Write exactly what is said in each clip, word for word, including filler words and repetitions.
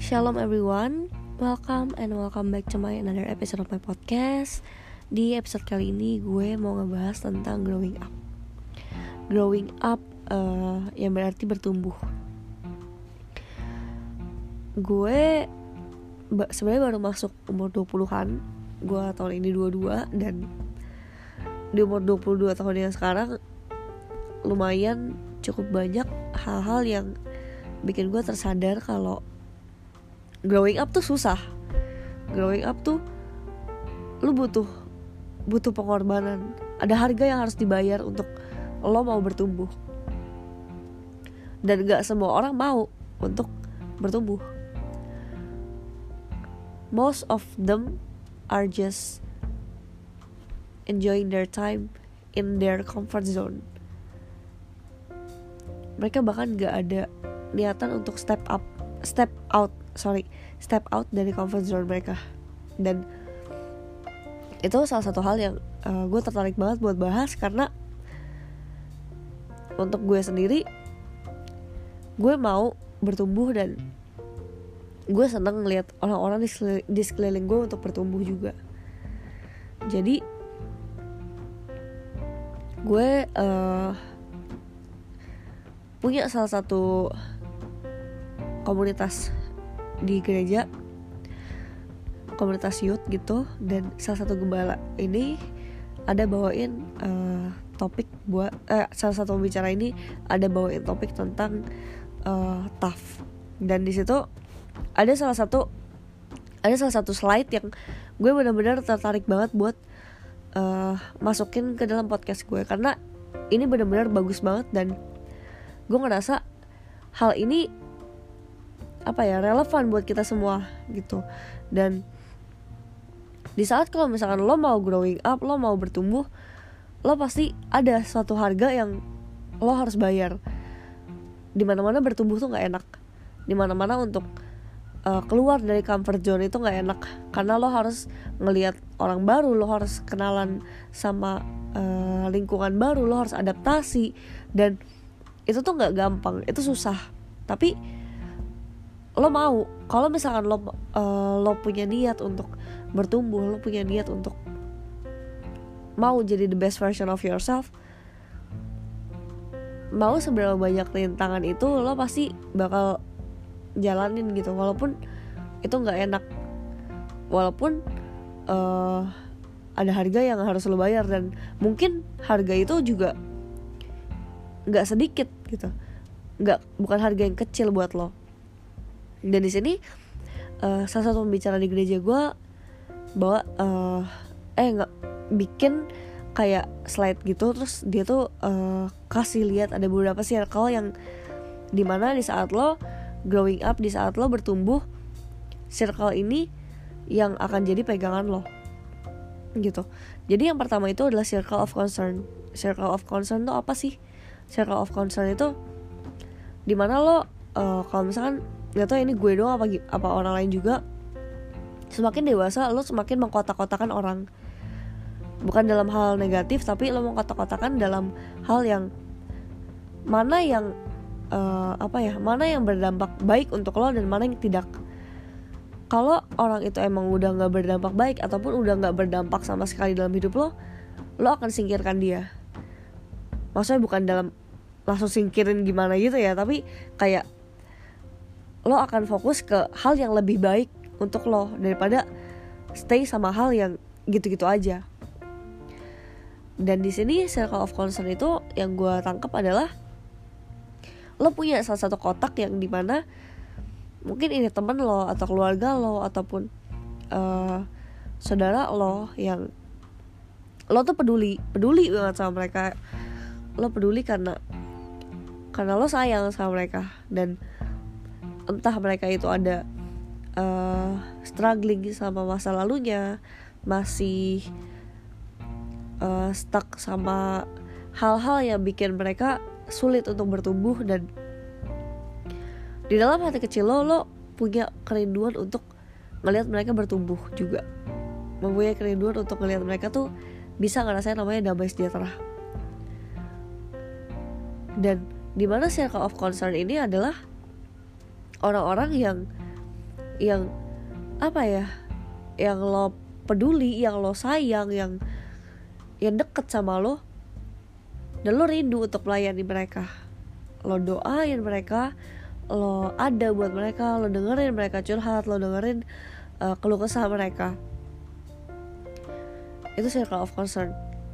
Shalom everyone, welcome and welcome back to my another episode of my podcast. Di episode kali ini gue mau ngebahas tentang growing up. Growing up uh, yang berarti bertumbuh. Gue ba- sebenarnya baru masuk umur dua puluhan. Gue tahun ini dua puluh dua dan di umur dua puluh dua tahun yang sekarang lumayan cukup banyak hal-hal yang bikin gue tersadar kalau growing up tuh susah. Growing up tuh lu butuh butuh pengorbanan. Ada harga yang harus dibayar untuk lo mau bertumbuh. Dan gak semua orang mau untuk bertumbuh. Most of them are just enjoying their time in their comfort zone. Mereka bahkan gak ada niatan untuk step up, step out, sorry, step out dari comfort zone mereka. Dan itu salah satu hal yang uh, gue tertarik banget buat bahas, karena untuk gue sendiri, gue mau bertumbuh dan gue seneng ngeliat orang-orang di, sekeliling, di sekeliling gue untuk bertumbuh juga. Jadi gue uh, punya salah satu komunitas di gereja, komunitas youth gitu, dan salah satu gembala ini ada bawain uh, topik buat eh, salah satu pembicara ini ada bawain topik tentang uh, tough, dan di situ ada salah satu ada salah satu slide yang gue benar-benar tertarik banget buat uh, masukin ke dalam podcast gue, karena ini benar-benar bagus banget dan gue ngerasa hal ini apa ya relevan buat kita semua gitu. Dan di saat kalau misalkan lo mau growing up, lo mau bertumbuh, lo pasti ada suatu harga yang lo harus bayar. Dimana-mana bertumbuh tuh nggak enak. Dimana-mana untuk uh, keluar dari comfort zone itu nggak enak, karena lo harus ngelihat orang baru, lo harus kenalan sama uh, lingkungan baru, lo harus adaptasi, dan itu tuh nggak gampang, itu susah. Tapi lo mau, kalau misalkan lo uh, lo punya niat untuk bertumbuh, lo punya niat untuk mau jadi the best version of yourself, mau seberapa banyak rintangan itu lo pasti bakal jalanin gitu, walaupun itu nggak enak, walaupun uh, ada harga yang harus lo bayar, dan mungkin harga itu juga nggak sedikit gitu, nggak bukan harga yang kecil buat lo. Dan di sini uh, salah satu pembicara di gereja gue bawa uh, eh nggak bikin kayak slide gitu, terus dia tuh uh, kasih lihat ada beberapa circle yang dimana di saat lo growing up, di saat lo bertumbuh, circle ini yang akan jadi pegangan lo gitu. Jadi yang pertama itu adalah circle of concern. Circle of concern tuh apa sih? Circle of concern itu dimana lo uh, kalau misalkan nggak tahu ini gue doang apa apa orang lain juga, semakin dewasa lo semakin mengkotak-kotakan orang, bukan dalam hal negatif, tapi lo mengkotak-kotakan dalam hal yang mana yang uh, apa ya mana yang berdampak baik untuk lo dan mana yang tidak. Kalau orang itu emang udah nggak berdampak baik ataupun udah nggak berdampak sama sekali dalam hidup lo, lo akan singkirkan dia. Maksudnya bukan dalam langsung singkirin gimana gitu ya, tapi kayak lo akan fokus ke hal yang lebih baik untuk lo daripada stay sama hal yang gitu-gitu aja. Dan di sini circle of concern itu yang gue tangkap adalah lo punya salah satu kotak yang dimana mungkin ini teman lo atau keluarga lo ataupun uh, saudara lo yang lo tuh peduli peduli banget sama mereka. Lo peduli karena karena lo sayang sama mereka, dan entah mereka itu ada uh, struggling sama masa lalunya, masih uh, stuck sama hal-hal yang bikin mereka sulit untuk bertumbuh, dan di dalam hati kecil lo, lo punya kerinduan untuk ngelihat mereka bertumbuh juga, mempunyai kerinduan untuk ngelihat mereka tuh bisa ngerasain namanya damai sejahtera. Dan dimana circle of concern ini adalah orang-orang yang yang apa ya, yang lo peduli, yang lo sayang, yang yang deket sama lo, dan lo rindu untuk melayani mereka. Lo doain mereka, lo ada buat mereka, lo dengerin mereka curhat, lo dengerin uh, keluh kesah mereka. Itu circle of concern.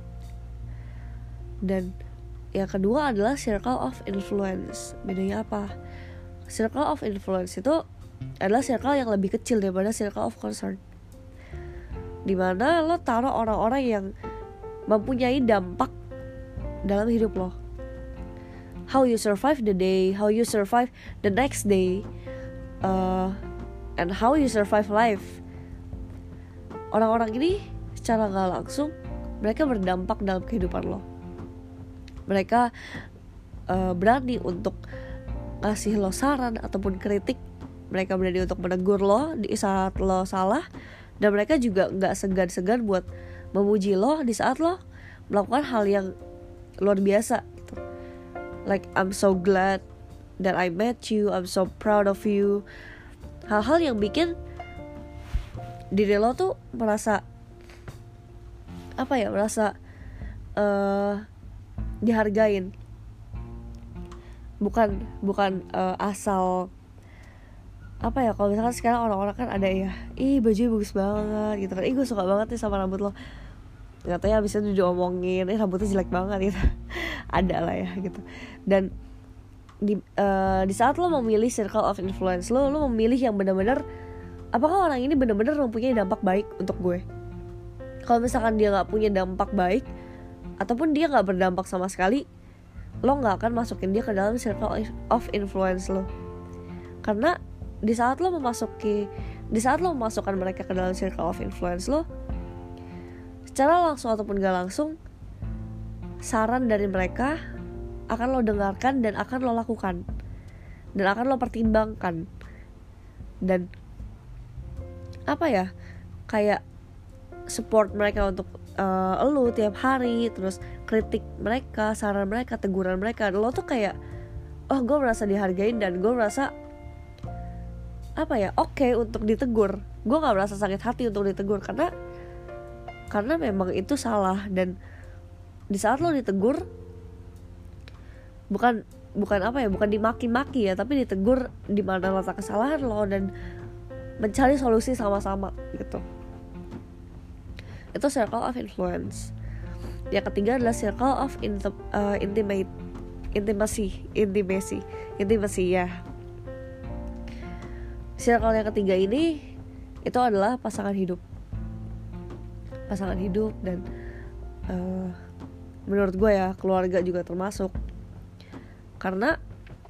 Dan yang kedua adalah circle of influence. Bedanya apa? Circle of influence itu adalah circle yang lebih kecil daripada circle of concern, dimana lo taruh orang-orang yang mempunyai dampak dalam hidup lo. How you survive the day, how you survive the next day, uh, and how you survive life. Orang-orang ini secara gak langsung mereka berdampak dalam kehidupan lo. Mereka uh, berani untuk kasih lo saran ataupun kritik. Mereka berani untuk menegur lo di saat lo salah. Dan mereka juga gak segan-segan buat memuji lo di saat lo melakukan hal yang luar biasa gitu. Like, I'm so glad that I met you, I'm so proud of you. Hal-hal yang bikin diri lo tuh merasa apa ya, merasa uh, dihargain. Bukan bukan uh, asal apa ya, kalau misalkan sekarang orang-orang kan ada ya, ih bajunya bagus banget gitu kan, ih gue suka banget nih sama rambut lo, katanya abis itu diomongin, eh rambutnya jelek banget gitu. Ada lah ya gitu. Dan di uh, di saat lo memilih circle of influence lo, lo memilih yang benar-benar, apakah orang ini benar-benar mempunyai dampak baik untuk gue. Kalau misalkan dia nggak punya dampak baik ataupun dia nggak berdampak sama sekali, lo nggak akan masukin dia ke dalam circle of influence lo. Karena di saat lo memasuki, di saat lo memasukkan mereka ke dalam circle of influence lo, secara langsung ataupun gak langsung, saran dari mereka akan lo dengarkan dan akan lo lakukan dan akan lo pertimbangkan. Dan apa ya, kayak support mereka untuk uh, lo tiap hari, terus kritik mereka, saran mereka, teguran mereka, lo tuh kayak, oh gue merasa dihargain dan gue merasa apa ya, oke okay untuk ditegur. Gue nggak merasa sakit hati untuk ditegur karena karena memang itu salah. Dan di saat lo ditegur, bukan bukan apa ya, bukan dimaki-maki ya, tapi ditegur di mana letak kesalahan lo dan mencari solusi sama-sama gitu. Itu circle of influence. Yang ketiga adalah circle of inti- uh, intimate intimacy intimacy intimacy ya. Circle yang ketiga ini itu adalah pasangan hidup. Pasangan hidup dan uh, menurut gue ya keluarga juga termasuk. Karena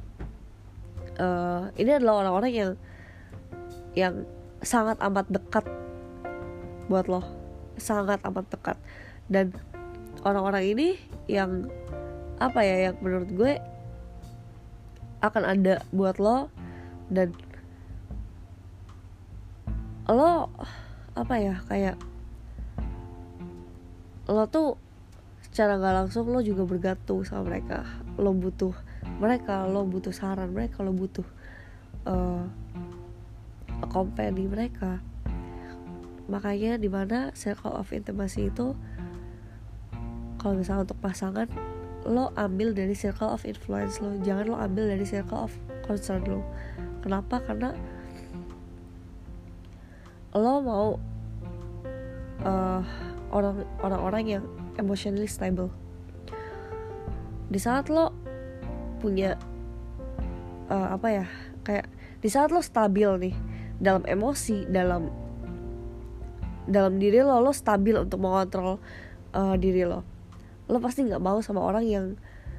uh, ini adalah orang-orang yang yang sangat amat dekat buat lo, sangat amat dekat. Dan orang-orang ini yang apa ya, yang menurut gue akan ada buat lo. Dan lo apa ya, kayak lo tuh secara gak langsung lo juga bergantung sama mereka. Lo butuh mereka, lo butuh saran mereka, lo butuh uh, company mereka. Makanya dimana circle of intimacy itu, kalau misalnya untuk pasangan, lo ambil dari circle of influence lo, jangan lo ambil dari circle of concern lo. Kenapa? Karena lo mau uh, orang orang-orang yang emotionally stable. Di saat lo punya uh, apa ya, kayak di saat lo stabil nih dalam emosi, dalam dalam diri lo, lo stabil untuk mengontrol uh, diri lo. Lo pasti nggak mau sama orang yang,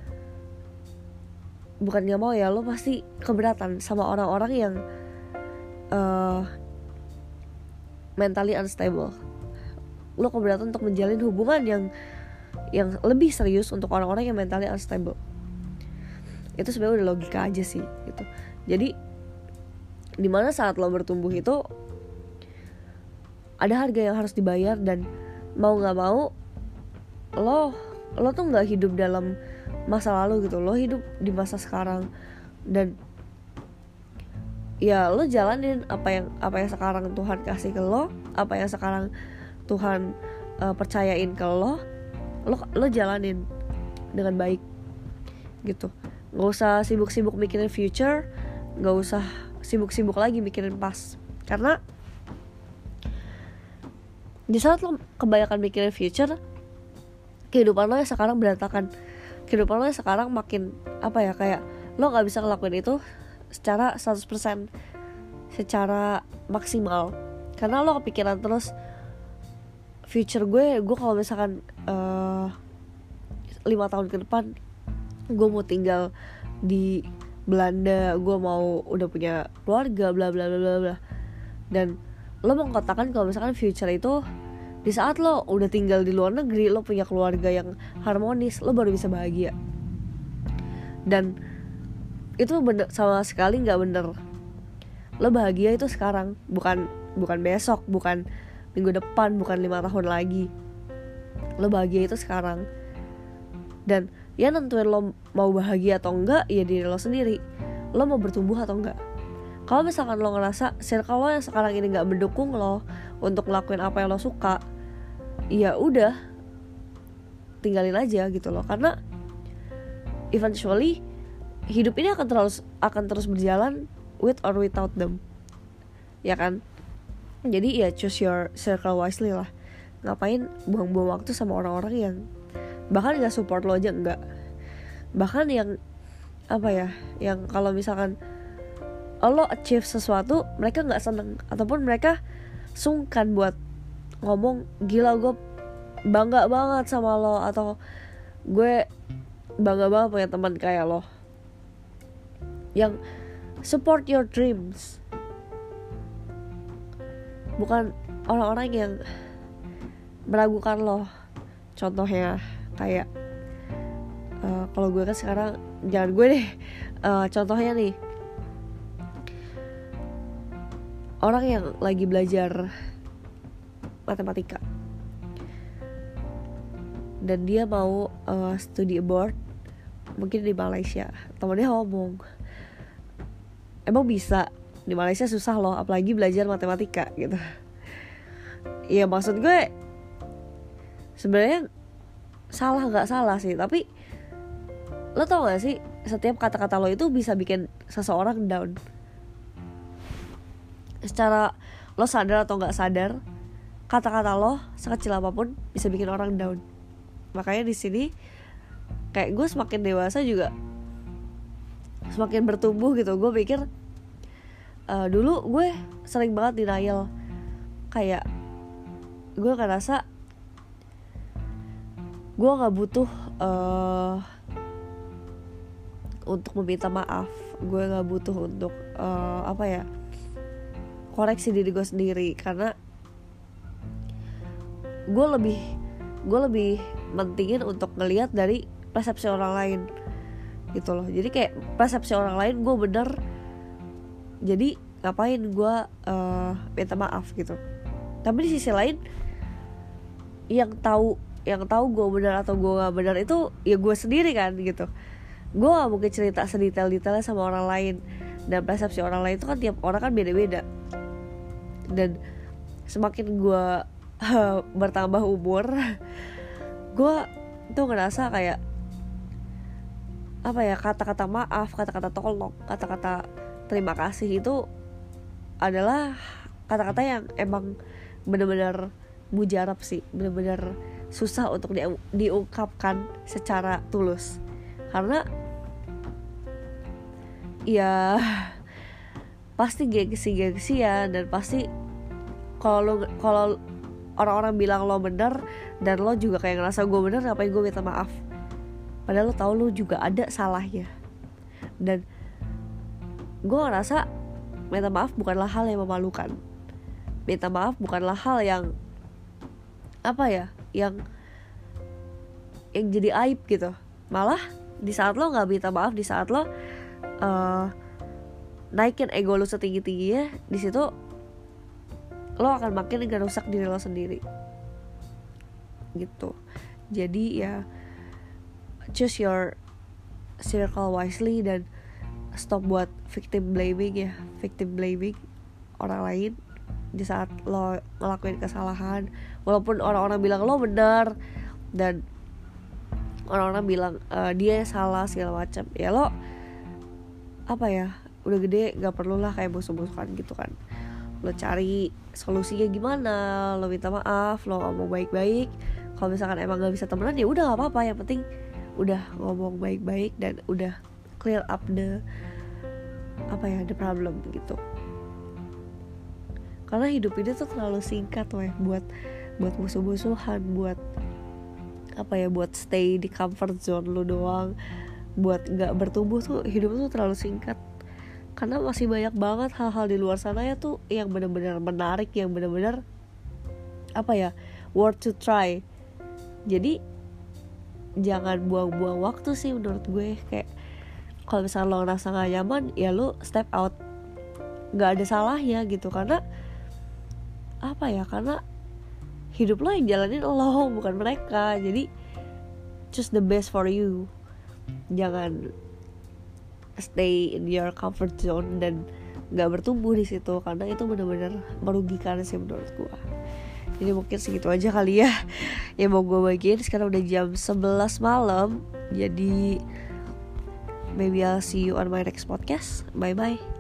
bukan nggak mau ya, lo pasti keberatan sama orang-orang yang uh, mentally unstable. Lo keberatan untuk menjalin hubungan yang yang lebih serius untuk orang-orang yang mentally unstable. Itu sebenarnya udah logika aja sih gitu. Jadi dimana saat lo bertumbuh itu ada harga yang harus dibayar, dan mau nggak mau lo lo tuh nggak hidup dalam masa lalu gitu, lo hidup di masa sekarang. Dan ya lo jalanin apa yang apa yang sekarang Tuhan kasih ke lo, apa yang sekarang Tuhan uh, percayain ke lo, lo lo jalanin dengan baik gitu. Nggak usah sibuk-sibuk mikirin future, nggak usah sibuk-sibuk lagi mikirin past, karena di saat lo kebanyakan mikirin future, kehidupan lo yang sekarang berantakan. Kehidupan lo yang sekarang makin apa ya, kayak lo nggak bisa ngelakuin itu secara seratus persen secara maksimal, karena lo kepikiran terus future gue gue kalau misalkan uh, lima tahun ke depan gue mau tinggal di Belanda, gue mau udah punya keluarga, bla bla bla bla bla. Dan lo mengatakan kalau misalkan future itu di saat lo udah tinggal di luar negeri, lo punya keluarga yang harmonis, lo baru bisa bahagia. Dan itu bener, sama sekali nggak bener. Lo bahagia itu sekarang, bukan bukan besok, bukan minggu depan, bukan lima tahun lagi. Lo bahagia itu sekarang. Dan ya nentuin lo mau bahagia atau enggak ya diri lo sendiri. Lo mau bertumbuh atau enggak. Kalau misalkan lo ngerasa circle lo yang sekarang ini nggak mendukung lo untuk ngelakuin apa yang lo suka, ya udah tinggalin aja gitu loh. Karena eventually hidup ini akan terus akan terus berjalan with or without them, ya kan? Jadi ya choose your circle wisely lah. Ngapain buang-buang waktu sama orang-orang yang bahkan gak support lo aja enggak, bahkan yang apa ya, yang kalau misalkan lo achieve sesuatu mereka gak seneng, ataupun mereka sungkan buat ngomong gila gue bangga banget sama lo, atau gue bangga banget punya teman kayak lo. Yang support your dreams, bukan orang-orang yang meragukan lo. Contohnya kayak uh, kalau gue kan sekarang, jangan gue deh, uh, contohnya nih orang yang lagi belajar matematika dan dia mau uh, studi abroad, mungkin di Malaysia. Temennya ngomong, emang bisa di Malaysia susah loh, apalagi belajar matematika gitu. Ya maksud gue sebenarnya salah nggak salah sih, tapi lo tau gak sih setiap kata-kata lo itu bisa bikin seseorang down. Secara lo sadar atau nggak sadar, kata-kata lo sekecil apapun bisa bikin orang down. Makanya di sini kayak gue semakin dewasa juga semakin bertumbuh gitu. Gue pikir uh, dulu gue sering banget denial, kayak gue ngerasa gue nggak butuh uh, untuk meminta maaf, gue nggak butuh untuk uh, apa ya koreksi diri gue sendiri, karena gue lebih gue lebih mentingin untuk ngelihat dari persepsi orang lain gitu loh. Jadi kayak persepsi orang lain gue bener, jadi ngapain gue uh, minta maaf gitu. Tapi di sisi lain yang tahu yang tahu gue benar atau gue nggak benar itu ya gue sendiri kan gitu. Gue gak mungkin cerita sedetail-detailnya sama orang lain, dan persepsi orang lain itu kan tiap orang kan beda-beda. Dan semakin gue uh, bertambah umur, gue tuh ngerasa kayak apa ya, kata-kata maaf, kata-kata tolong, kata-kata terima kasih itu adalah kata-kata yang emang benar-benar mujarab sih, benar-benar susah untuk di, diungkapkan secara tulus. Karena ya pasti gengsi-gengsian, dan pasti kalau kalau orang-orang bilang lo bener dan lo juga kayak ngerasa gue bener, ngapain gue minta maaf, padahal lo tahu lo juga ada salahnya. Dan gue ngerasa minta maaf bukanlah hal yang memalukan, minta maaf bukanlah hal yang apa ya, yang yang jadi aib gitu. Malah di saat lo nggak minta maaf, di saat lo uh, naikin ego lo setinggi tingginya, di situ lo akan makin ngerusak diri lo sendiri gitu. Jadi ya choose your circle wisely, dan stop buat victim blaming ya, victim blaming orang lain di saat lo ngelakuin kesalahan, walaupun orang-orang bilang lo benar dan orang-orang bilang uh, dia salah segala macam, ya lo apa ya, udah gede gak perlu lah kayak musuh-musuhan gitu kan. Lo cari solusinya gimana, lo minta maaf, lo ngomong baik-baik. Kalau misalkan emang gak bisa temenan ya udah gak apa-apa, yang penting udah ngomong baik-baik dan udah clear up the apa ya, the problem gitu. Karena hidup ini tuh terlalu singkat weh buat buat musuh-musuhan, buat apa ya, buat stay di comfort zone lu doang, buat nggak bertumbuh tuh. Hidup tuh terlalu singkat karena masih banyak banget hal-hal di luar sana ya tuh yang benar-benar menarik, yang benar-benar apa ya, worth to try. Jadi jangan buang-buang waktu sih menurut gue. Kayak kalau misalnya lo ngerasa gak nyaman, ya lo step out, gak ada salahnya gitu. Karena apa ya, karena hidup lo yang jalanin lo, bukan mereka. Jadi choose the best for you. Jangan stay in your comfort zone dan gak bertumbuh di situ, karena itu benar-benar merugikan sih menurut gue. Jadi mungkin segitu aja kali ya yang mau gue bagiin. Sekarang udah jam sebelas malam. Jadi maybe I'll see you on my next podcast. Bye bye.